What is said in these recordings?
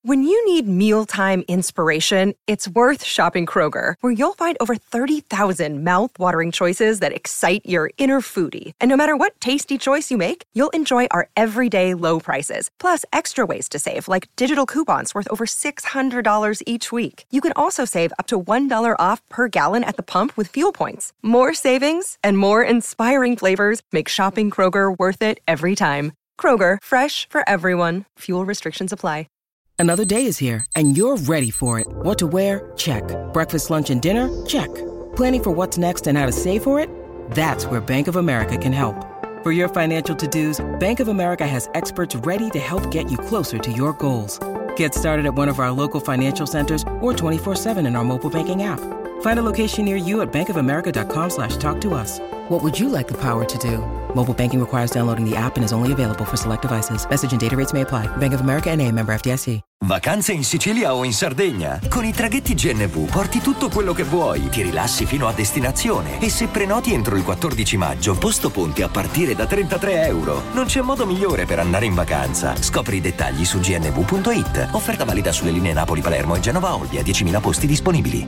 When you need mealtime inspiration, it's worth shopping Kroger, where you'll find over 30,000 mouth-watering choices that excite your inner foodie. And no matter what tasty choice you make, you'll enjoy our everyday low prices, plus extra ways to save, like digital coupons worth over $600 each week. You can also save up to $1 off per gallon at the pump with fuel points. More savings and more inspiring flavors make shopping Kroger worth it every time. Kroger, fresh for everyone. Fuel restrictions apply. Another day is here, and you're ready for it. What to wear? Check. Breakfast, lunch, and dinner? Check. Planning for what's next and how to save for it? That's where Bank of America can help. For your financial to-dos, Bank of America has experts ready to help get you closer to your goals. Get started at one of our local financial centers or 24/7 in our mobile banking app. Find a location near you at bankofamerica.com/talktous. What would you like the power to do? Mobile banking requires downloading the app and is only available for select devices. Message and data rates may apply. Bank of America N.A., member FDIC. Vacanze in Sicilia o in Sardegna? Con i traghetti GNV porti tutto quello che vuoi, ti rilassi fino a destinazione e se prenoti entro il 14 maggio, posto ponti a partire da €33. Non c'è modo migliore per andare in vacanza. Scopri i dettagli su gnv.it. Offerta valida sulle linee Napoli-Palermo e Genova-Olbia, 10.000 posti disponibili.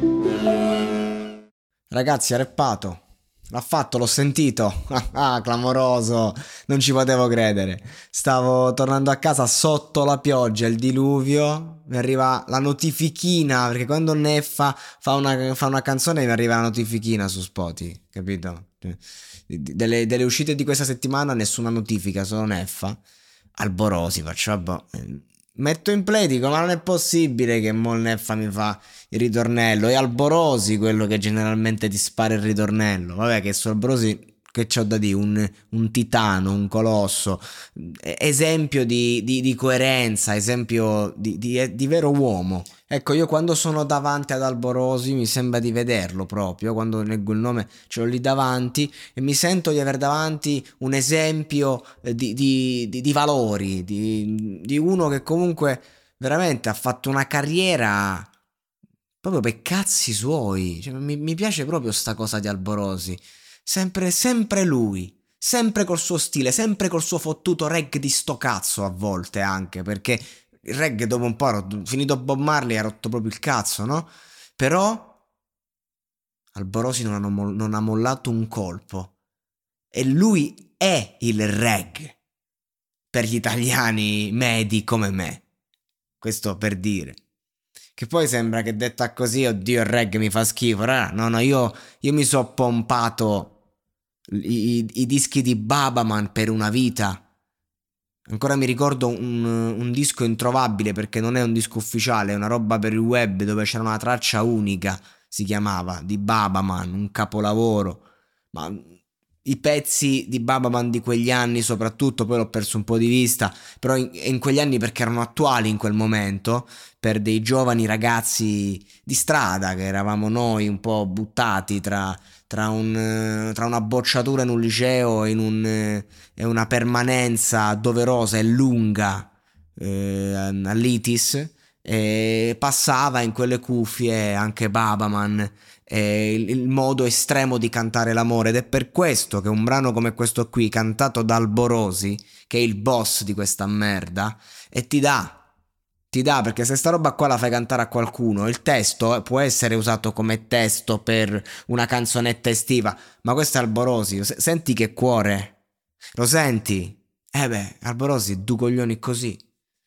Ragazzi, ha rappato. L'ha fatto, l'ho sentito. Clamoroso. Non ci potevo credere. Stavo tornando a casa sotto la pioggia, il diluvio. Mi arriva la notifichina, perché quando Neffa fa una canzone mi arriva la notifichina su Spotify, capito? Delle uscite di questa settimana nessuna notifica, solo Neffa. Alborosi, faccio metto in play, dico, ma non è possibile che mo Neffa mi fa il ritornello. È Alborosi quello che generalmente ti spara il ritornello. Vabbè, che su Alborosi che c'ho da dire, un titano, un colosso, esempio di coerenza, esempio di vero uomo. Ecco, io quando sono davanti ad Alborosi mi sembra di vederlo proprio, quando leggo il nome ce l'ho lì davanti e mi sento di aver davanti un esempio di valori, di uno che comunque veramente ha fatto una carriera proprio per cazzi suoi. Cioè, mi piace proprio sta cosa di Alborosi. Sempre lui, sempre col suo stile, sempre col suo fottuto reggae di sto cazzo a volte anche, perché il reggae dopo un po', finito Bob Marley, ha rotto proprio il cazzo, no? Però Alborosi non ha mollato un colpo e lui è il reggae per gli italiani medi come me. Questo per dire. Che poi sembra che detta così, oddio, il reggae mi fa schifo. No, io mi so pompato i dischi di Babaman per una vita. Ancora mi ricordo un disco introvabile, perché non è un disco ufficiale, è una roba per il web, dove c'era una traccia unica, si chiamava, di Babaman, un capolavoro. Ma i pezzi di Babaman di quegli anni soprattutto, poi l'ho perso un po' di vista, però in quegli anni, perché erano attuali in quel momento, per dei giovani ragazzi di strada, che eravamo noi un po' buttati tra una bocciatura in un liceo e una permanenza doverosa e lunga all'ITIS, e passava in quelle cuffie anche Babaman, il modo estremo di cantare l'amore, ed è per questo che un brano come questo qui, cantato da Alborosi, che è il boss di questa merda, e ti dà, perché se sta roba qua la fai cantare a qualcuno, il testo può essere usato come testo per una canzonetta estiva, ma questo è Alborosi. Senti che cuore, lo senti? Alborosi, due coglioni così.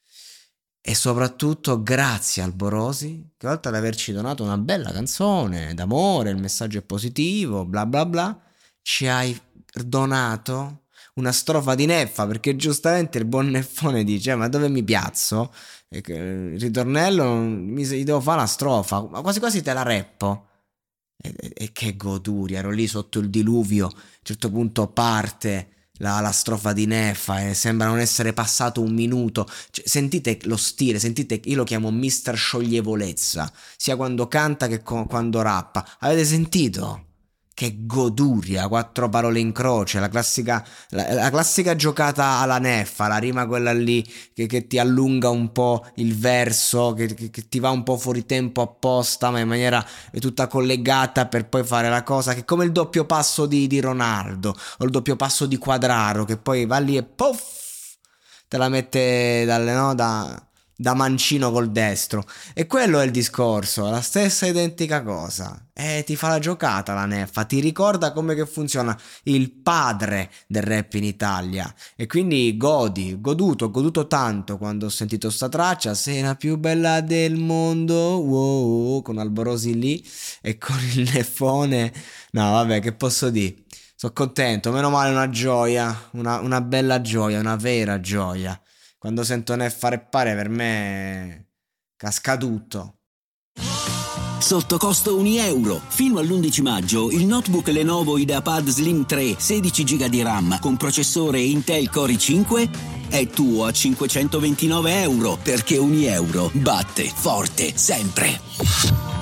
E soprattutto grazie Alborosi, che oltre ad averci donato una bella canzone d'amore, il messaggio è positivo, bla bla bla, ci hai donato una strofa di Neffa, perché giustamente il buon Neffone dice, ma dove mi piazzo? Il ritornello, gli devo fare la strofa, ma quasi quasi te la rappo. E che goduria, ero lì sotto il diluvio, a un certo punto parte la strofa di Neffa e sembra non essere passato un minuto. Cioè, sentite lo stile, sentite, io lo chiamo Mister Scioglievolezza, sia quando canta che quando rappa. Avete sentito? Che goduria, 4 parole in croce, la classica giocata alla Neffa, la rima quella lì che ti allunga un po' il verso, che ti va un po' fuori tempo apposta, ma in maniera tutta collegata, per poi fare la cosa che è come il doppio passo di Ronaldo o il doppio passo di Quadraro, che poi va lì e poff, te la mette da mancino col destro. E quello è il discorso, la stessa identica cosa. Ti fa la giocata la Neffa, ti ricorda come che funziona, il padre del rap in Italia. E quindi ho goduto tanto quando ho sentito sta traccia. Sei la più bella del mondo, wow, con Alborosi lì e con il Neffone. No vabbè, che posso dire, sono contento, meno male, una gioia, una bella gioia, una vera gioia. Quando sento Neffa rappare per me casca tutto. Sotto costo €1. Fino all'11 maggio il notebook Lenovo IdeaPad Slim 3 16 GB di RAM con processore Intel Core i5 è tuo a €529, perché €1 batte forte sempre.